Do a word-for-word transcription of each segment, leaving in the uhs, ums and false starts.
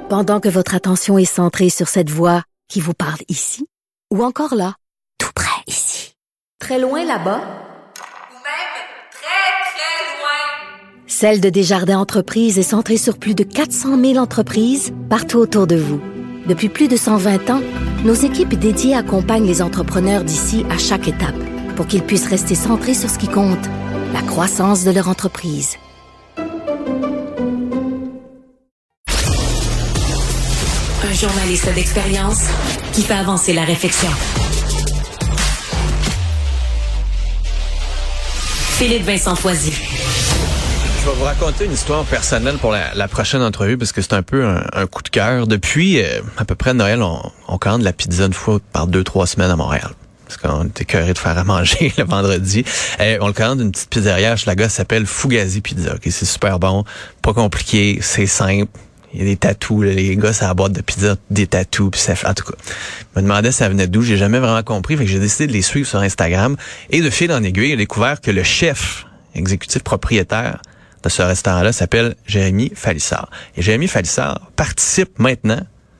Pendant que votre attention est centrée sur cette voix qui vous parle ici, ou encore là, tout près ici, très loin là-bas, ou même très, très loin. Celle de Desjardins Entreprises est centrée sur plus de quatre cent mille entreprises partout autour de vous. Depuis plus de cent vingt ans, nos équipes dédiées accompagnent les entrepreneurs d'ici à chaque étape pour qu'ils puissent rester centrés sur ce qui compte, la croissance de leur entreprise. Un journaliste d'expérience qui fait avancer la réflexion. Philippe Vincent Foisy. Je vais vous raconter une histoire personnelle pour la, la prochaine entrevue parce que c'est un peu un, un coup de cœur. Depuis euh, à peu près Noël, on, on commande la pizza une fois par deux, trois semaines à Montréal. Parce qu'on était écœurés de faire à manger le vendredi. Et on le commande d'une petite pizzeria chez la gars, s'appelle Fugazi Pizza. Okay, c'est super bon, pas compliqué, c'est simple. Il y a des tatous, là, les gars, ça la boîte de pizza, des tatous, puis ça fait, en tout cas. Je me demandais ça venait d'où, j'ai jamais vraiment compris, fait que j'ai décidé de les suivre sur Instagram. Et de fil en aiguille, j'ai découvert que le chef exécutif propriétaire de ce restaurant-là s'appelle Jérémy Falissard. Et Jérémy Falissard participe maintenant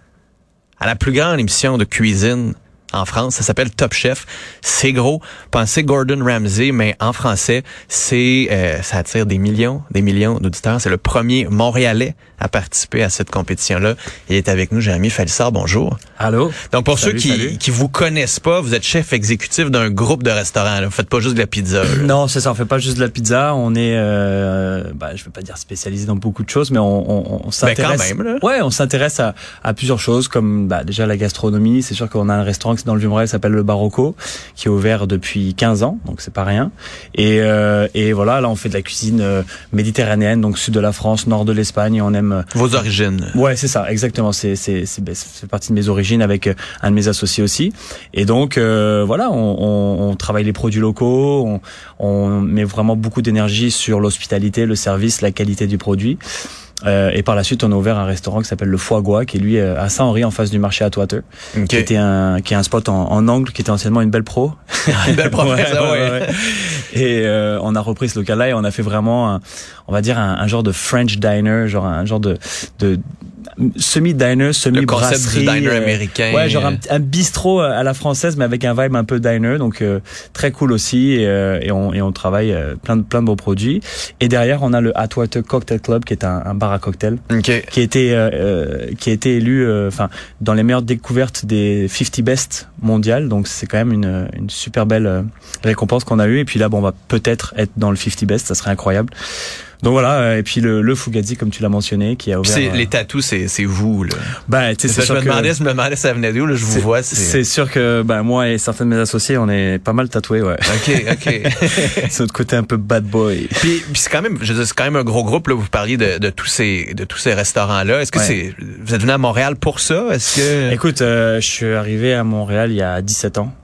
à la plus grande émission de cuisine en France. Ça s'appelle Top Chef. C'est gros. Pensez Gordon Ramsay, mais en français, c'est euh, ça attire des millions, des millions d'auditeurs. C'est le premier Montréalais à participer à cette compétition-là. Il est avec nous, Jérémy Falissard. Bonjour. Allô. Donc, pour Salut, ceux qui salut. qui vous connaissent pas, vous êtes chef exécutif d'un groupe de restaurants. Là. Vous faites pas juste de la pizza. Là. Non, c'est ça. On fait pas juste de la pizza. On est, euh, bah, je veux pas dire spécialisé dans beaucoup de choses, mais on, on, on s'intéresse. Ben quand même, là. Ouais, on s'intéresse à, à plusieurs choses, comme bah, déjà la gastronomie. C'est sûr qu'on a un restaurant qui dans le Vieux-Montréal s'appelle le Barocco, qui est ouvert depuis quinze ans, donc c'est pas rien. Et, euh, et voilà, là on fait de la cuisine euh, méditerranéenne, donc sud de la France, nord de l'Espagne. Et on aime Vos origines. Ouais, c'est ça, exactement. C'est c'est c'est c'est partie de mes origines avec un de mes associés aussi. Et donc euh, voilà, on, on, on travaille les produits locaux, on, on met vraiment beaucoup d'énergie sur l'hospitalité, le service, la qualité du produit. Euh, et par la suite, on a ouvert un restaurant qui s'appelle le Foie Gras, qui est lui à Saint-Henri, en face du marché Atwater, okay. qui était un qui est un spot en, en angle, qui était anciennement une belle pro. Une belle pro, ouais, ça, ouais. ouais. Et euh, on a repris ce local-là et on a fait vraiment, un, on va dire un, un genre de French diner, genre un genre de de semi-diner, semi-brasserie. Le concept du diner euh, américain. Ouais, genre un, un bistrot à la française, mais avec un vibe un peu diner, donc euh, très cool aussi. Et, euh, et, on, et on travaille euh, plein de plein de beaux produits. Et derrière, on a le Atwater Cocktail Club, qui est un, un bar à cocktail, okay. qui a été euh, qui a été élu, enfin, euh, dans les meilleures découvertes des cinquante best mondiales. Donc c'est quand même une une super belle euh, récompense qu'on a eue. Et puis là, bon, on va peut-être être dans le cinquante best, ça serait incroyable. Donc voilà, et puis le, le Fugazi, comme tu l'as mentionné, qui a ouvert. C'est, euh... Les tatous, c'est, c'est vous, là. Ben, tu sais, c'est je sûr me que. Demandais, je me demandais ça venait d'où, là, je vous vois. C'est... c'est sûr que, ben, moi et certains de mes associés, on est pas mal tatoués, ouais. OK, OK. C'est notre côté un peu bad boy. Puis, puis c'est quand même, je veux dire, c'est quand même un gros groupe, là, vous parliez de, de tous ces, de tous ces restaurants-là. Est-ce que ouais. c'est, vous êtes venu à Montréal pour ça? Est-ce que. Écoute, euh, je suis arrivé à Montréal il y a dix-sept ans.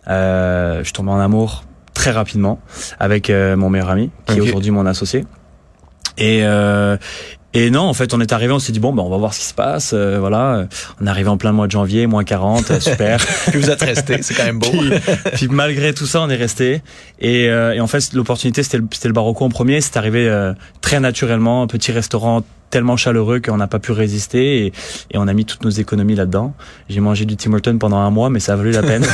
Euh, je suis tombé en amour très rapidement avec euh, mon meilleur ami, qui okay. est aujourd'hui mon associé. Et euh, et non, en fait, on est arrivé, on s'est dit bon, ben on va voir ce qui se passe. Euh, voilà, on est arrivé en plein mois de janvier, moins quarante, super. Puis vous êtes resté, c'est quand même beau. Puis, puis malgré tout ça, on est resté. Et, euh, et en fait, l'opportunité, c'était le, c'était le Barocco en premier. C'est arrivé euh, très naturellement, un petit restaurant tellement chaleureux qu'on n'a pas pu résister et, et on a mis toutes nos économies là-dedans. J'ai mangé du Tim Hortons pendant un mois, mais ça a valu la peine.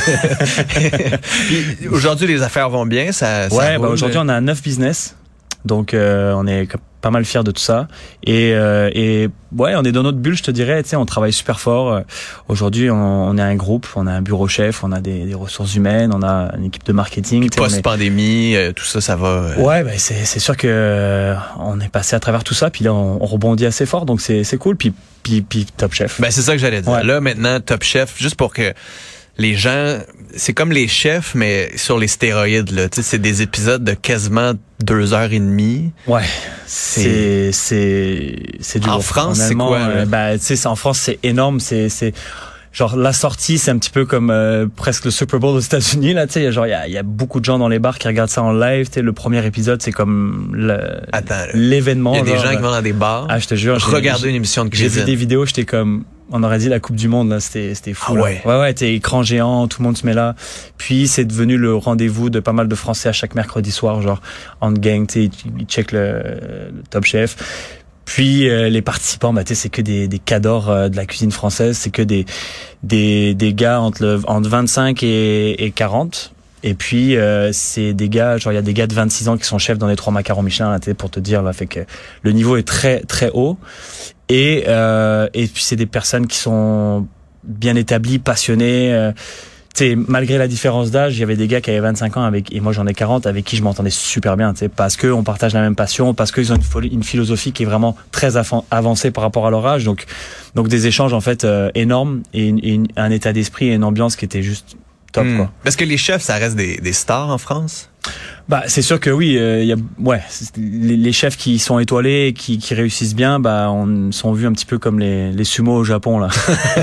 Aujourd'hui, les affaires vont bien, ça. ça ouais, roule. bah aujourd'hui, on a neuf business. Donc euh, on est pas mal fiers de tout ça et euh, et ouais, on est dans notre bulle, je te dirais, tu sais, on travaille super fort. Aujourd'hui, on, on est un groupe, on a un bureau chef, on a des, des ressources humaines, on a une équipe de marketing. Post-pandémie, est... tout ça, ça va. Ouais, bah, c'est c'est sûr que euh, on est passé à travers tout ça, puis là on, on rebondit assez fort, donc c'est c'est cool. Puis puis puis Top Chef. Ben c'est ça que j'allais dire. Ouais. Là maintenant, Top Chef, juste pour que les gens, c'est comme les chefs, mais sur les stéroïdes, là. Tu sais, c'est des épisodes de quasiment deux heures et demie. Ouais. C'est, c'est, c'est du En gros. France, c'est quoi? Euh, bah, tu sais, en France, c'est énorme. C'est, c'est, genre, la sortie, c'est un petit peu comme, euh, presque le Super Bowl aux États-Unis, là, tu sais. Genre, il y a, il y a beaucoup de gens dans les bars qui regardent ça en live. Tu sais, le premier épisode, c'est comme le, Attends, l'événement. Il y a des genre, gens qui vont dans des bars. Ah, je te jure. Regarder une émission de cuisine. J'ai vu des vidéos, j'étais comme, on aurait dit la Coupe du Monde, là, c'était, c'était fou. Ah ouais. Là. Ouais, ouais, t'es écran géant, tout le monde se met là. Puis, c'est devenu le rendez-vous de pas mal de Français à chaque mercredi soir, genre, en gang, tu sais, ils checkent le, le Top Chef. Puis euh, les participants, bah tu sais, c'est que des des cadors euh, de la cuisine française, c'est que des des des gars entre le, entre vingt-cinq et, et quarante. Et puis euh, c'est des gars, genre il y a des gars de vingt-six ans qui sont chefs dans les trois macarons Michelin, là, tu sais, pour te dire là, fait que le niveau est très très haut. Et euh, et puis c'est des personnes qui sont bien établies, passionnées. Euh, tu sais, malgré la différence d'âge, il y avait des gars qui avaient vingt-cinq ans avec et moi j'en ai quarante, avec qui je m'entendais super bien, tu sais, parce que on partage la même passion, parce qu'ils ont une, fo- une philosophie qui est vraiment très aff- avancée par rapport à leur âge. Donc donc des échanges en fait euh, énormes et, une, et une, un état d'esprit et une ambiance qui était juste top, Hmm. quoi. Parce que les chefs, ça reste des, des stars en France. Bah c'est sûr que oui, il euh, y a ouais les, les chefs qui sont étoilés et qui, qui réussissent bien, bah on sont vus un petit peu comme les les sumo au Japon là.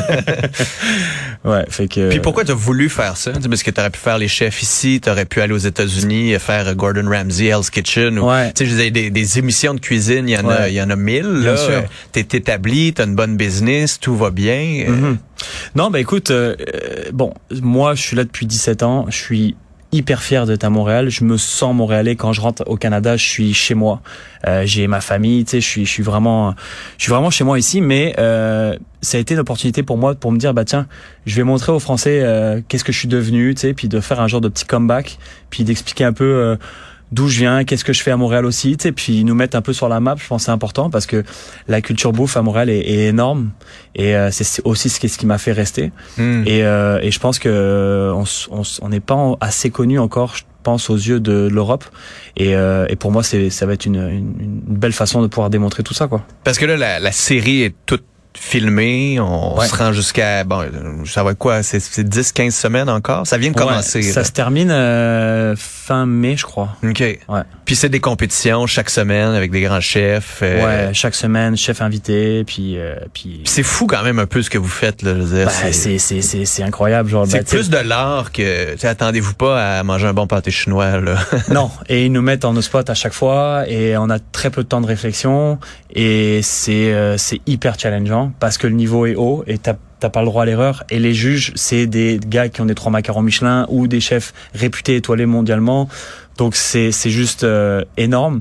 Ouais, fait que. Puis pourquoi t'as voulu faire ça? Parce que t'aurais pu faire les chefs ici, t'aurais pu aller aux États-Unis faire Gordon Ramsay, Hell's Kitchen. Ou, Ouais. tu sais, je disais, des, des émissions de cuisine, il y en a, Ouais. il y en a mille. Bien Là, sûr. Euh, t'es établi, t'as une bonne business, tout va bien. Euh, Mhm. Non, bah écoute, euh, euh, bon, moi je suis là depuis dix-sept ans, je suis hyper fier d'être à Montréal, je me sens montréalais quand je rentre au Canada, je suis chez moi, euh, j'ai ma famille, tu sais, je suis, je suis vraiment, je suis vraiment chez moi ici, mais euh, ça a été une opportunité pour moi pour me dire bah tiens, je vais montrer aux Français euh, qu'est-ce que je suis devenu, tu sais, puis de faire un genre de petit comeback, puis d'expliquer un peu. Euh, d'où je viens, qu'est-ce que je fais à Montréal aussi, tu sais, puis nous mettre un peu sur la map, je pense que c'est important parce que la culture bouffe à Montréal est, est énorme et euh, c'est aussi ce qui, ce qui m'a fait rester. hmm. Et, euh, et je pense que euh, on s- on s- on n'est pas en- assez connu encore, je pense, aux yeux de l'Europe. Et, euh, et pour moi, c'est ça va être une, une, une belle façon de pouvoir démontrer tout ça, quoi. Parce que là, la, la série est toute filmée, on Ouais. se rend jusqu'à, bon, ça va être quoi, c'est, c'est dix quinze semaines encore? Ça vient de commencer. Ouais, ça là. se termine euh, fin mai, je crois. OK. Ouais. Puis c'est des compétitions chaque semaine avec des grands chefs. euh, Ouais, chaque semaine, chef invité, puis euh, puis. Puis c'est fou quand même un peu ce que vous faites, là, je veux dire. Bah, c'est, c'est c'est c'est c'est incroyable, genre. c'est bah, tu sais, plus de l'art que, tu sais, attendez-vous pas à manger un bon pâté chinois, là. Non, et ils nous mettent en nos spots à chaque fois et on a très peu de temps de réflexion et c'est euh, c'est hyper challengeant parce que le niveau est haut et t'as t'as pas le droit à l'erreur et les juges c'est des gars qui ont des trois macarons Michelin ou des chefs réputés étoilés mondialement, donc c'est c'est juste euh, énorme.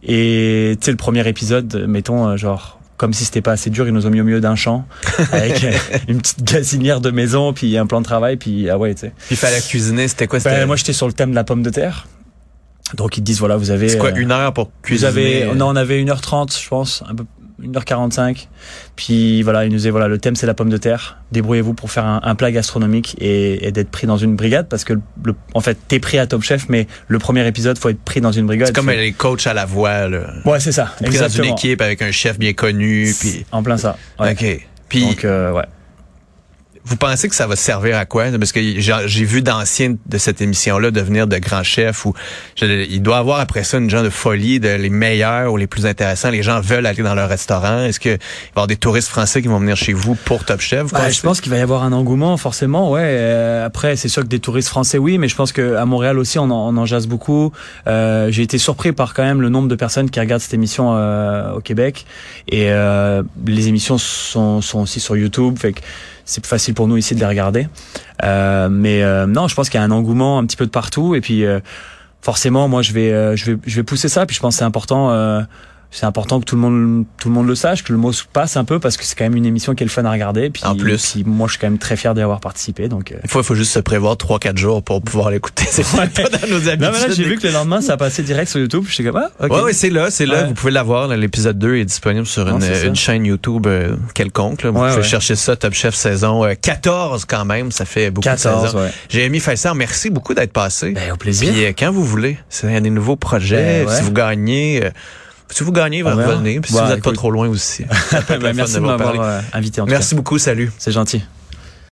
Et tu sais, le premier épisode, mettons euh, genre comme si c'était pas assez dur, ils nous ont mis au milieu d'un champ avec euh, une petite gazinière de maison puis un plan de travail puis ah ouais, tu sais. Puis il fallait cuisiner, c'était quoi? C'était, Ben, moi j'étais sur le thème de la pomme de terre. Donc ils te disent voilà, vous avez c'est quoi, euh, une heure pour vous cuisiner? avez non, on avait une heure trente, je pense, un peu une heure quarante-cinq. Puis voilà, ils nous disaient voilà, le thème c'est la pomme de terre. Débrouillez-vous pour faire un, un plat gastronomique et, et d'être pris dans une brigade parce que le, en fait, t'es pris à Top Chef, mais le premier épisode faut être pris dans une brigade. C'est comme Faut- les coachs à la voix, là. Ouais, c'est ça. Pris dans une Exactement. équipe avec un chef bien connu, puis... En plein ça. Ouais. OK. Puis, Donc euh, ouais. vous pensez que ça va servir à quoi? Parce que j'ai, j'ai vu d'anciens de cette émission-là devenir de grands chefs ou je- il doit avoir après ça une genre de folie de les meilleurs ou les plus intéressants. Les gens veulent aller dans leur restaurant. Est-ce que il va y avoir des touristes français qui vont venir chez vous pour Top Chef? Vous Ouais, pensez? je pense qu'il va y avoir un engouement forcément. Ouais. Euh, après, c'est sûr que des touristes français, oui, mais je pense que à Montréal aussi, on en, on en jase beaucoup. Euh, j'ai été surpris par quand même le nombre de personnes qui regardent cette émission euh, au Québec. Et euh, les émissions sont, sont aussi sur YouTube, fait que c'est plus facile pour nous ici de les regarder. Euh, mais euh, non, je pense qu'il y a un engouement un petit peu de partout. Et puis euh, forcément, moi, je vais, euh, je vais, je vais pousser ça. Puis je pense que c'est important. Euh, C'est important que tout le monde tout le monde le sache, que le mot se passe un peu parce que c'est quand même une émission qui est le fun à regarder. Puis, En plus. puis moi je suis quand même très fier d'y avoir participé. Donc euh... Des fois, il faut juste se prévoir trois quatre jours pour pouvoir l'écouter. C'est Ouais. pas dans nos habitudes. Non mais là j'ai vu que le lendemain ça a passé direct sur YouTube. Je suis comme ah ok. Ouais, ouais, c'est là, c'est là. Ouais. Vous pouvez l'avoir. là. L'épisode deux est disponible sur Non, une, c'est ça. une chaîne YouTube euh, quelconque. Là. Vous Ouais, pouvez ouais. chercher ça, Top Chef saison euh, quatorze quand même. Ça fait beaucoup de quatorze, saisons. ouais. Jérémy Fessard, merci beaucoup d'être passé. Ben, au plaisir. Puis euh, quand vous voulez, s'il y a des nouveaux projets, Ben, ouais. si vous gagnez, euh, si vous gagnez, vous On verra. revenez. Puis si Ouais, vous n'êtes pas écoute. trop loin aussi. Ben, merci de m'avoir euh, invité en tout Merci cas. beaucoup, salut. C'est gentil.